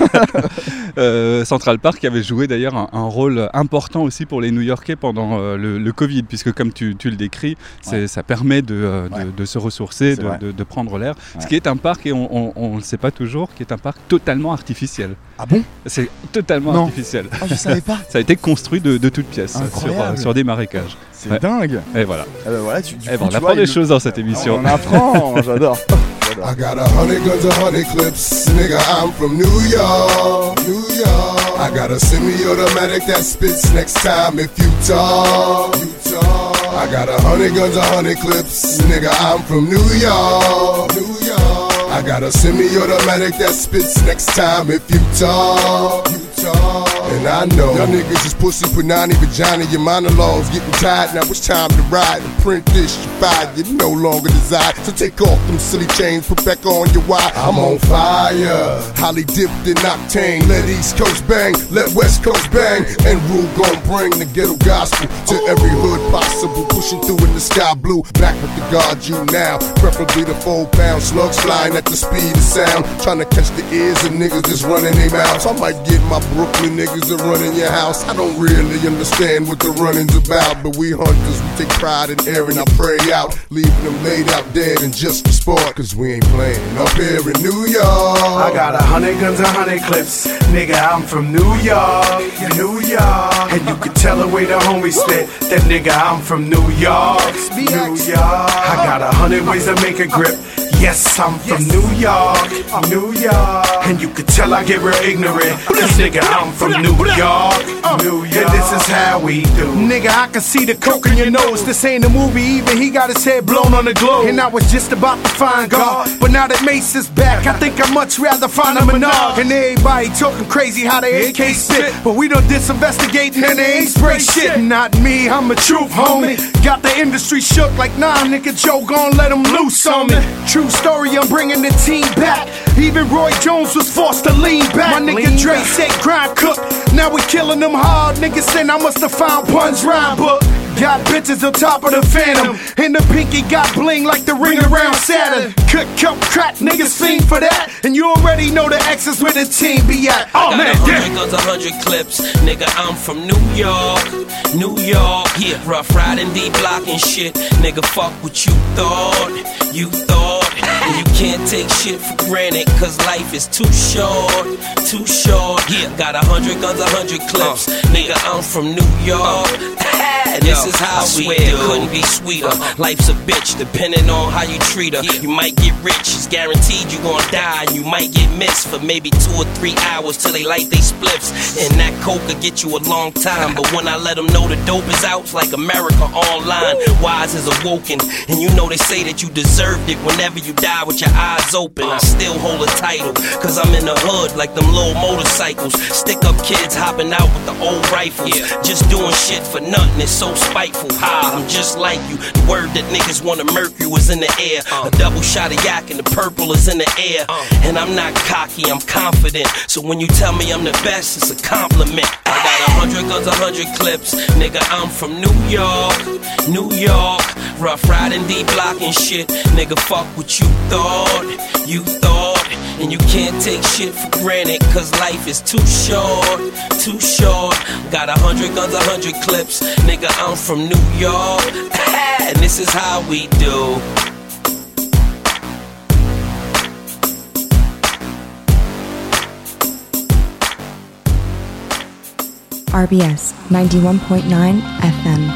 Central Park avait joué d'ailleurs un rôle important aussi pour les New-Yorkais pendant le Covid, puisque comme tu le décris, ça permet de se ressourcer, de prendre l'air. Ce qui est un parc, et on ne le sait pas toujours, qui est un parc totalement artificiel. Ah bon ? C'est totalement artificiel. Oh, je savais pas. Ça a été construit de toutes pièces sur des marécages. C'est dingue. Et voilà. Voilà, on apprend des choses dans cette émission. On apprend, j'adore. I got 100 guns, 100 clips, nigga, I'm from New York, I got a semi-automatic that spits next time if you talk, I got 100 guns, 100 clips, nigga, I'm from New York, I got a semi-automatic that spits next time if you talk, and I know y'all niggas is pussy, punani, vagina, your monologues getting tired, now it's time to ride and print this, you fired, you no longer desire, so take off them silly chains, put back on your wire, I'm on fire, highly dipped in octane, let East Coast bang, let West Coast bang, and Rule gon' bring the ghetto gospel to every hood possible, pushing through in the sky blue, back with the guard you now, preferably the 4-pound slugs flying at the speed of sound, trying to catch the ears of niggas that's running their mouths, I might get my Brooklyn niggas that run in your house. I don't really understand what the running's about, but we hunters, we take pride in airing our prey out, leaving them laid out dead in just for sport, cause we ain't playing up here in New York. I got 100 guns, 100 clips, nigga, I'm from New York, and you can tell the way the homies spit, that nigga, I'm from New York, I got 100 ways to make a grip. Yes, I'm from New York, and you can tell I get real ignorant. This nigga, I'm from New York, and this is how we do. Nigga, I can see the coke in your nose. This ain't a movie, even he got his head blown on the globe. And I was just about to find God, but now that Mace is back, I think I'd much rather find a Menard. And everybody talking crazy how they AK spit, but we done disinvestigating and they ain't spray shit. Not me, I'm the truth, homie. Got the industry shook like, nah, nigga, Joe gon' let him loose on me. True story, I'm bringing the team back. Even Roy Jones was forced to lean back. My nigga Dre said grind cook. Now we killing them hard. Niggas saying I must have found Pun's rhyme book. Got bitches on top of the Phantom, and the pinky got bling like the ring around Saturn. Cook, crack, niggas fiend for that. And you already know the X's where the team be at. Oh man, 100 guns, 100 clips. Nigga, I'm from New York. Yeah, rough riding, D-block and shit. Nigga, fuck what you thought. And you can't take shit for granted, cause life is too short. Yeah, got 100 guns, 100 clips. Nigga, I'm from New York. This is how we do. Couldn't be sweeter. Life's a bitch, depending on how you treat her. You might get rich, it's guaranteed you gon' die. You might get missed for maybe 2 or 3 hours till they light they spliffs. And that coke could get you a long time. But when I let them know the dope is out, it's like America online. Wise is awoken. And you know they say that you deserved it whenever you die with your eyes open. I still hold a title, cause I'm in the hood like them little motorcycles. Stick up kids hopping out with the old rifles. Just doing shit for nothing, it's so spiteful. I'm just like you. The word that niggas wanna murk you is in the air. A double shot of yak and the purple is in the air. And I'm not cocky, I'm confident. So when you tell me I'm the best, it's a compliment. I got 100 guns, 100 clips. Nigga, I'm from New York. Rough riding, D-block and shit. Nigga, fuck what you thought. And you can't take shit for granted, cause life is too short, too short. Got 100 guns, 100 clips, nigga, I'm from New York. And this is how we do. RBS 91.9 FM.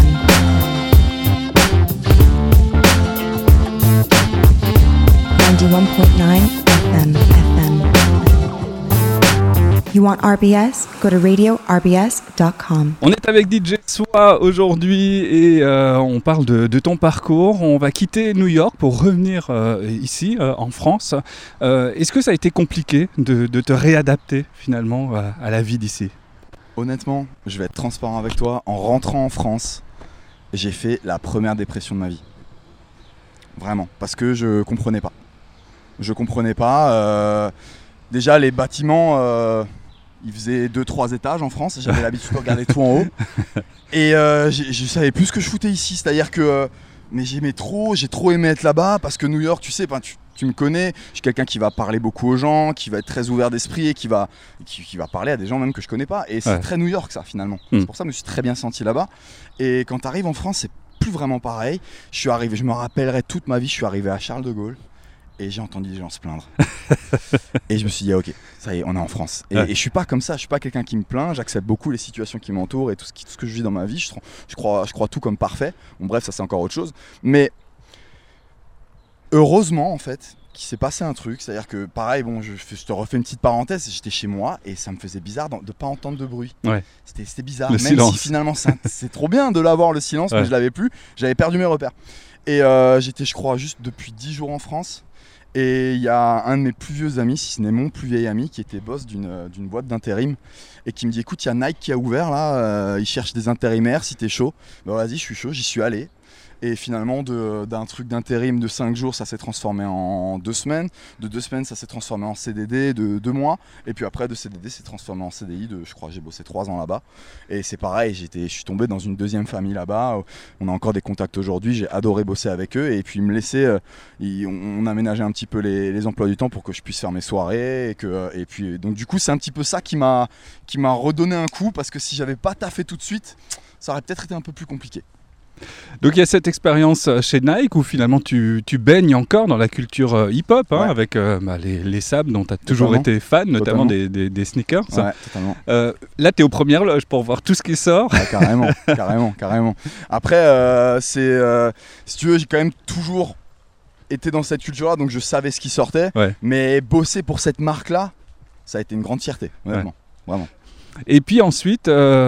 91.9 FM. You want RBS? Go to radiorbs.com. On est avec DJ Soi aujourd'hui et on parle de ton parcours. On va quitter New York pour revenir ici, en France. Est-ce que ça a été compliqué de te réadapter finalement à la vie d'ici ? Honnêtement, je vais être transparent avec toi. En rentrant en France, j'ai fait la première dépression de ma vie. Vraiment, parce que je comprenais pas. Déjà, les bâtiments, ils faisaient 2-3 étages en France. J'avais l'habitude de regarder tout en haut. Et je savais plus ce que je foutais ici. C'est-à-dire que mais j'ai trop aimé être là-bas parce que New York, tu sais, tu me connais, je suis quelqu'un qui va parler beaucoup aux gens, qui va être très ouvert d'esprit et qui va parler à des gens même que je connais pas. Et c'est très New York ça finalement. C'est pour ça que je me suis très bien senti là-bas. Et quand tu arrives en France, c'est plus vraiment pareil. Je me rappellerai toute ma vie, je suis arrivé à Charles de Gaulle et j'ai entendu des gens se plaindre. Et je me suis dit ok, ça y est, on est en France. Et je suis pas comme ça, je suis pas quelqu'un qui me plaint, j'accepte beaucoup les situations qui m'entourent et tout ce que je vis dans ma vie. Je crois tout comme parfait. Bon bref, ça c'est encore autre chose. Mais heureusement en fait qu'il s'est passé un truc, c'est à dire que pareil, bon, je te refais une petite parenthèse, j'étais chez moi et ça me faisait bizarre de pas entendre de bruit. C'était bizarre, le même silence. si finalement c'est trop bien de l'avoir le silence, mais je l'avais plus, j'avais perdu mes repères. Et j'étais je crois juste depuis 10 jours en France et il y a un de mes plus vieux amis, si ce n'est mon plus vieil ami, qui était boss d'une boîte d'intérim et qui me dit écoute, il y a Nike qui a ouvert là, ils cherchent des intérimaires si t'es chaud. Bah vas-y, je suis chaud, j'y suis allé. Et finalement, d'un truc d'intérim de 5 jours, ça s'est transformé en 2 semaines. De 2 semaines, ça s'est transformé en CDD de 2 mois. Et puis après, de CDD, c'est transformé en CDI. Je crois que j'ai bossé 3 ans là-bas. Et c'est pareil, je suis tombé dans une deuxième famille là-bas. On a encore des contacts aujourd'hui. J'ai adoré bosser avec eux. Et puis, ils me laissaient... on aménageait un petit peu les emplois du temps pour que je puisse faire mes soirées. Et puis, donc du coup, c'est un petit peu ça qui m'a redonné un coup. Parce que si j'avais pas taffé tout de suite, ça aurait peut-être été un peu plus compliqué. Donc il y a cette expérience chez Nike où finalement tu baignes encore dans la culture hip-hop avec les Sabs dont tu as toujours été fan, notamment des sneakers. Ouais, totalement. Là tu es aux premières loges pour voir tout ce qui sort. Ouais, carrément. Après, si tu veux, j'ai quand même toujours été dans cette culture-là, donc je savais ce qui sortait. Mais bosser pour cette marque-là, ça a été une grande fierté, honnêtement. Vraiment. Et puis ensuite,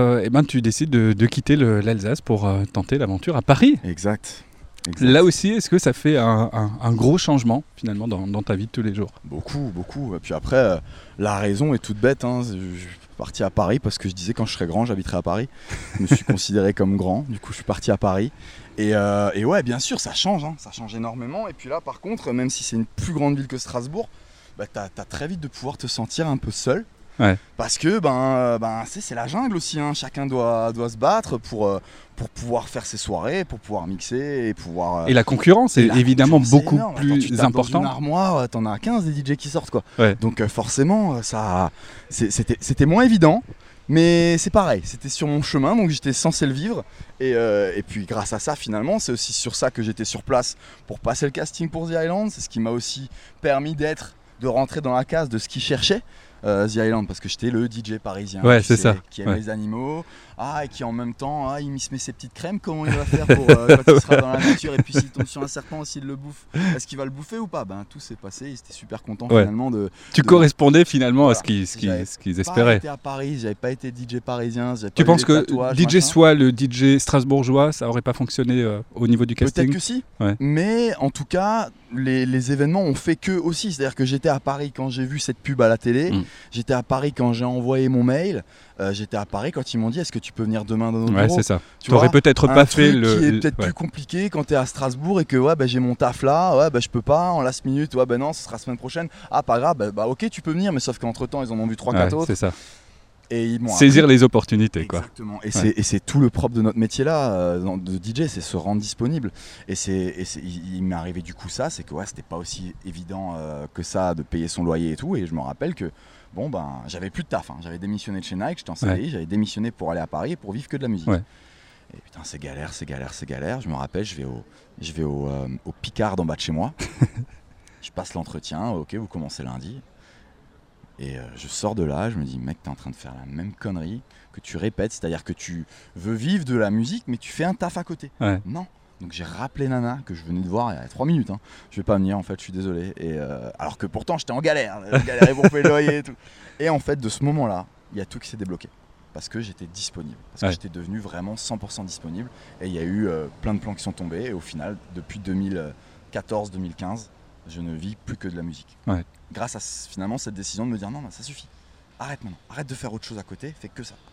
tu décides de quitter l'Alsace pour tenter l'aventure à Paris. Exact. Là aussi, est-ce que ça fait un gros changement finalement dans ta vie de tous les jours ? Beaucoup. Et puis après, la raison est toute bête. Je suis parti à Paris parce que je disais quand je serais grand, j'habiterai à Paris. Je me suis considéré comme grand, du coup je suis parti à Paris. Et ouais, bien sûr, ça change énormément. Et puis là, par contre, même si c'est une plus grande ville que Strasbourg, t'as très vite de pouvoir te sentir un peu seul. Parce que c'est la jungle aussi, chacun doit se battre pour pouvoir faire ses soirées, pour pouvoir mixer et pouvoir... Et la concurrence est évidemment beaucoup énorme. plus importante. Dans une armoire, t'en as 15 des DJ qui sortent quoi. Donc forcément, c'était moins évident. Mais c'est pareil, c'était sur mon chemin, donc j'étais censé le vivre. Et puis grâce à ça, finalement, c'est aussi sur ça que j'étais sur place pour passer le casting pour The Island. C'est ce qui m'a aussi permis de rentrer dans la case de ce qu'ils cherchaient. The Island, parce que j'étais le DJ parisien qui aime les animaux et qui en même temps il se met ses petites crèmes. Comment il va faire pour quand il sera dans la nature et puis s'il tombe sur un serpent, s'il le bouffe, est-ce qu'il va le bouffer ou pas? Tout s'est passé, il était super content finalement tu correspondais finalement à ce qu'ils espéraient. J'avais pas été DJ parisien. Tu penses que DJ soit le DJ strasbourgeois, ça aurait pas fonctionné au niveau du casting? Peut-être que si, mais en tout cas les événements ont fait que aussi, c'est-à-dire que j'étais à Paris quand j'ai vu cette pub à la télé. J'étais à Paris quand j'ai envoyé mon mail. J'étais à Paris quand ils m'ont dit est-ce que tu peux venir demain dans notre bureau. C'est ça. Tu aurais peut-être pas fait le. Qui est peut-être plus compliqué quand tu es à Strasbourg et que j'ai mon taf là. Je peux pas en last minute. Non, ce sera semaine prochaine. Ah, pas grave. Ok, tu peux venir, mais sauf qu'entre temps ils en ont vu 3-4 autres. C'est ça. Et ils m'ont saisir les opportunités, quoi. Exactement. Et c'est tout le propre de notre métier là, de DJ, c'est se rendre disponible. Et il m'est arrivé du coup ça, c'est que c'était pas aussi évident que ça de payer son loyer et tout. Et je me rappelle que j'avais plus de taf. J'avais démissionné de chez Nike, j'étais en CDI, j'avais démissionné pour aller à Paris et pour vivre que de la musique. Ouais. Et putain, c'est galère. Je me rappelle, je vais au Picard en bas de chez moi. Je passe l'entretien, ok, vous commencez lundi. Et je sors de là, je me dis, mec, t'es en train de faire la même connerie que tu répètes, c'est-à-dire que tu veux vivre de la musique, mais tu fais un taf à côté. Ouais. Non. Donc j'ai rappelé Nana, que je venais de voir il y a 3 minutes. Je vais pas venir, en fait, je suis désolé. Et, alors que pourtant, j'étais en galère, pour payer le loyer et tout. Et en fait, de ce moment-là, il y a tout qui s'est débloqué. Parce que j'étais disponible, parce que j'étais devenu vraiment 100% disponible. Et il y a eu plein de plans qui sont tombés. Et au final, depuis 2014-2015, je ne vis plus que de la musique. Ouais. Grâce à finalement cette décision de me dire non, ça suffit. Arrête maintenant, arrête de faire autre chose à côté, fais que ça.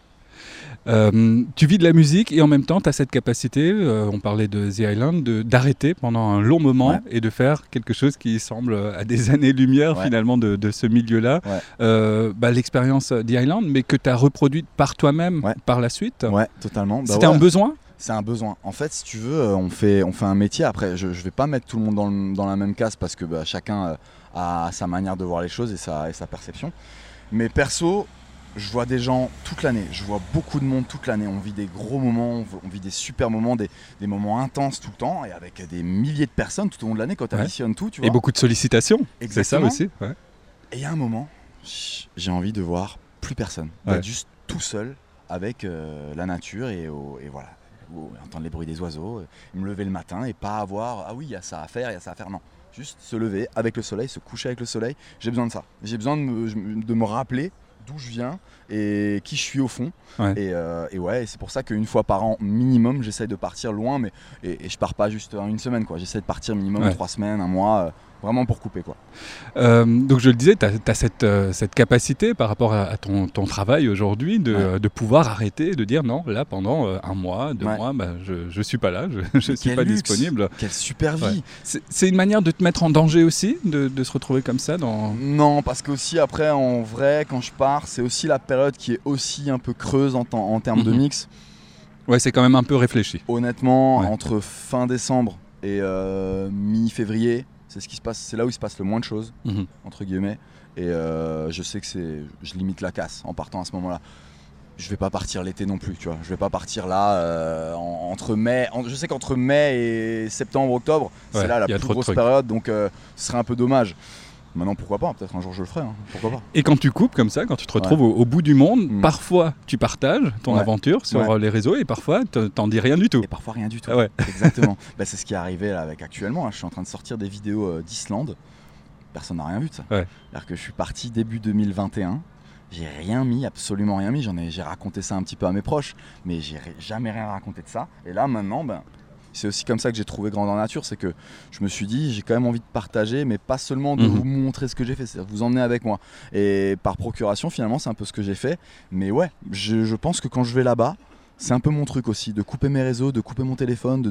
Tu vis de la musique et en même temps tu as cette capacité, on parlait de The Island, d'arrêter pendant un long moment et de faire quelque chose qui semble à des années-lumière finalement de ce milieu-là. L'expérience The Island, mais que tu as reproduite par toi-même par la suite. Ouais, totalement. C'était un besoin ? C'est un besoin. En fait, si tu veux, on fait un métier. Après, je vais pas mettre tout le monde dans la même case parce que chacun a sa manière de voir les choses et sa perception. Mais perso, je vois des gens toute l'année. Je vois beaucoup de monde toute l'année. On vit des gros moments, on vit des super moments, des moments intenses tout le temps et avec des milliers de personnes tout au long de l'année quand tu additionnes tout. Tu vois. Et beaucoup de sollicitations. Exactement. C'est ça aussi. Ouais. Et il y a un moment, j'ai envie de voir plus personne. D'être juste tout seul avec la nature et voilà. Entendre les bruits des oiseaux, me lever le matin et pas avoir il y a ça à faire, non, juste se lever avec le soleil, se coucher avec le soleil. J'ai besoin de ça, j'ai besoin de me rappeler d'où je viens et qui je suis au fond. Et c'est pour ça qu'une fois par an minimum j'essaye de partir loin, mais et je pars pas juste en une semaine quoi. J'essaie de partir minimum 3 semaines, un mois, vraiment pour couper quoi. Donc je le disais, tu as cette capacité par rapport à ton travail aujourd'hui de pouvoir arrêter, de dire non, là pendant un mois, 2 mois, je suis pas là, je suis pas disponible. Quelle super vie. C'est une manière de te mettre en danger aussi, de se retrouver comme ça dans... Non, parce qu'aussi après en vrai quand je pars, c'est aussi la période qui est aussi un peu creuse en termes de mix. Ouais, c'est quand même un peu réfléchi. Honnêtement, entre fin décembre et mi-février, c'est ce qui se passe, c'est là où il se passe le moins de choses, entre guillemets. Et je sais que je limite la casse en partant à ce moment-là. Je vais pas partir l'été non plus, tu vois. Je vais pas partir là entre mai. Je sais qu'entre mai et septembre, octobre, c'est là la plus grosse période, donc ce serait un peu dommage. Maintenant, pourquoi pas, peut-être un jour je le ferai, pourquoi pas. Et quand tu coupes comme ça, quand tu te retrouves au bout du monde, parfois tu partages ton aventure sur les réseaux et parfois t'en dis rien du tout. Et parfois rien du tout, exactement. C'est ce qui est arrivé là, avec actuellement, je suis en train de sortir des vidéos d'Islande, personne n'a rien vu de ça. C'est-à-dire que je suis parti début 2021, j'ai rien mis, absolument rien mis, j'ai raconté ça un petit peu à mes proches, mais j'ai jamais rien raconté de ça. Et là maintenant, c'est aussi comme ça que j'ai trouvé Grandeur Nature, c'est que je me suis dit j'ai quand même envie de partager, mais pas seulement de vous montrer ce que j'ai fait, c'est-à-dire vous emmener avec moi. Et par procuration finalement c'est un peu ce que j'ai fait, mais je pense que quand je vais là-bas, c'est un peu mon truc aussi, de couper mes réseaux, de couper mon téléphone,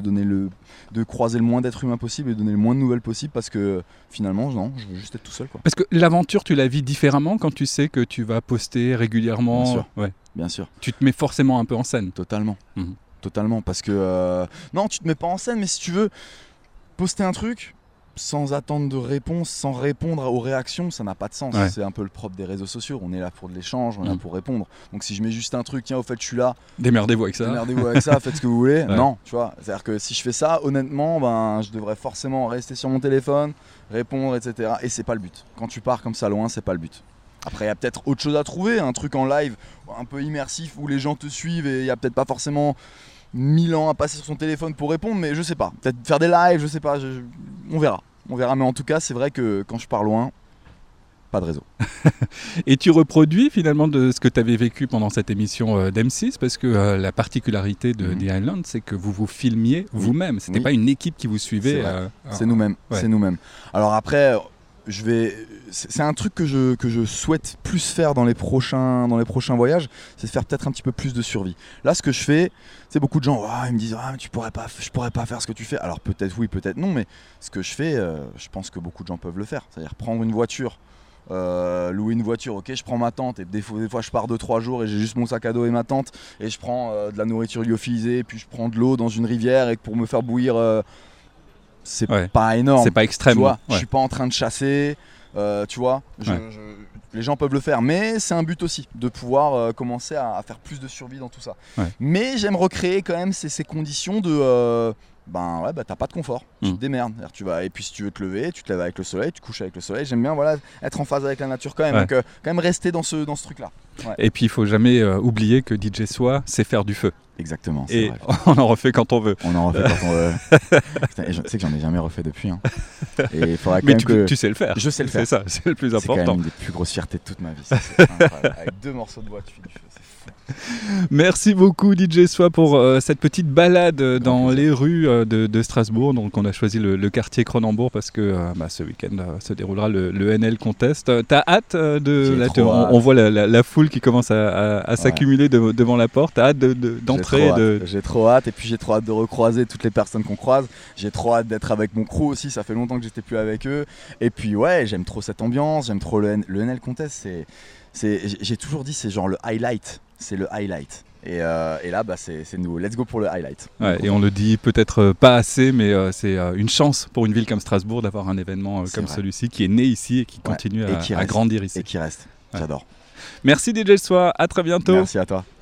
de croiser le moins d'êtres humains possible et de donner le moins de nouvelles possible, parce que finalement non, je veux juste être tout seul quoi. Parce que l'aventure tu la vis différemment quand tu sais que tu vas poster régulièrement. Bien sûr, bien sûr. Tu te mets forcément un peu en scène. Totalement. Totalement, parce que non, tu te mets pas en scène, mais si tu veux poster un truc sans attendre de réponse, sans répondre aux réactions, ça n'a pas de sens. C'est un peu le propre des réseaux sociaux, on est là pour de l'échange, on est là pour répondre. Donc si je mets juste un truc, tiens au fait je suis là, démerdez-vous avec ça, faites ce que vous voulez. Non, tu vois, c'est-à-dire que si je fais ça, honnêtement, je devrais forcément rester sur mon téléphone, répondre, etc. Et c'est pas le but. Quand tu pars comme ça loin, c'est pas le but. Après, il y a peut-être autre chose à trouver, un truc en live un peu immersif où les gens te suivent et il y a peut-être pas forcément 1000 ans à passer sur son téléphone pour répondre, mais je sais pas. Peut-être faire des lives, je sais pas, on verra. Mais en tout cas, c'est vrai que quand je pars loin, pas de réseau. Et tu reproduis finalement de ce que tu avais vécu pendant cette émission d'M6, parce que la particularité de The Island, c'est que vous filmiez vous-même. C'était pas une équipe qui vous suivait. C'est nous-mêmes. C'est nous-mêmes. Alors après... c'est un truc que je souhaite plus faire dans les prochains voyages, c'est de faire peut-être un petit peu plus de survie. Là, ce que je fais, c'est beaucoup de gens ils me disent mais je pourrais pas faire ce que tu fais. Alors peut-être oui, peut-être non, mais ce que je fais, je pense que beaucoup de gens peuvent le faire. C'est-à-dire prendre une voiture louer une voiture, ok, je prends ma tente et des fois je pars 2-3 jours et j'ai juste mon sac à dos et ma tente et je prends de la nourriture lyophilisée, puis je prends de l'eau dans une rivière et pour me faire bouillir, c'est pas énorme. C'est pas extrême. Tu vois, je suis pas en train de chasser, tu vois. Les gens peuvent le faire, mais c'est un but aussi de pouvoir commencer à faire plus de survie dans tout ça. Mais j'aime recréer quand même ces conditions de t'as pas de confort, tu te démerdes. Et puis si tu veux te lever, tu te lèves avec le soleil, tu couches avec le soleil. J'aime bien être en phase avec la nature quand même, donc quand même rester dans ce truc-là. Et puis il faut jamais oublier que DJ Soi sait faire du feu. Exactement. Et vrai. On en refait quand on veut. On en refait quand on veut. Putain, et je sais que j'en ai jamais refait depuis. Hein. Et il faudra quand mais même tu sais le faire. Je sais le faire. C'est ça, c'est le plus important. C'est quand même une des plus grosses fiertés de toute ma vie. Ça, c'est incroyable. Avec 2 morceaux de bois, tu fais du feu. C'est fou. Merci beaucoup DJ Soi pour cette petite balade dans les rues de Strasbourg. Donc on a choisi le quartier Cronenbourg parce que ce week-end se déroulera le NL Contest. T'as hâte on voit la foule qui commence à s'accumuler devant la porte. T'as hâte d'entrer. J'ai trop hâte et puis j'ai trop hâte de recroiser toutes les personnes qu'on croise. J'ai trop hâte d'être avec mon crew aussi. Ça fait longtemps que j'étais plus avec eux. Et puis j'aime trop cette ambiance. J'aime trop le NL Contest. J'ai toujours dit c'est genre le highlight. C'est le highlight. Et là, c'est nouveau. Let's go pour le highlight. Et on le dit peut-être pas assez, mais c'est une chance pour une ville comme Strasbourg d'avoir un événement comme celui-ci qui est né ici et qui continue à grandir ici. Et qui reste. J'adore. Merci DJ Soi. À très bientôt. Merci à toi.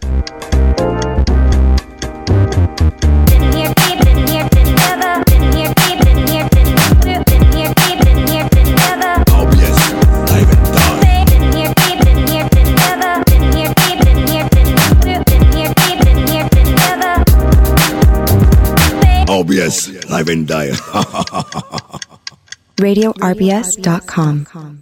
RBS, live and die. RadioRBS.com.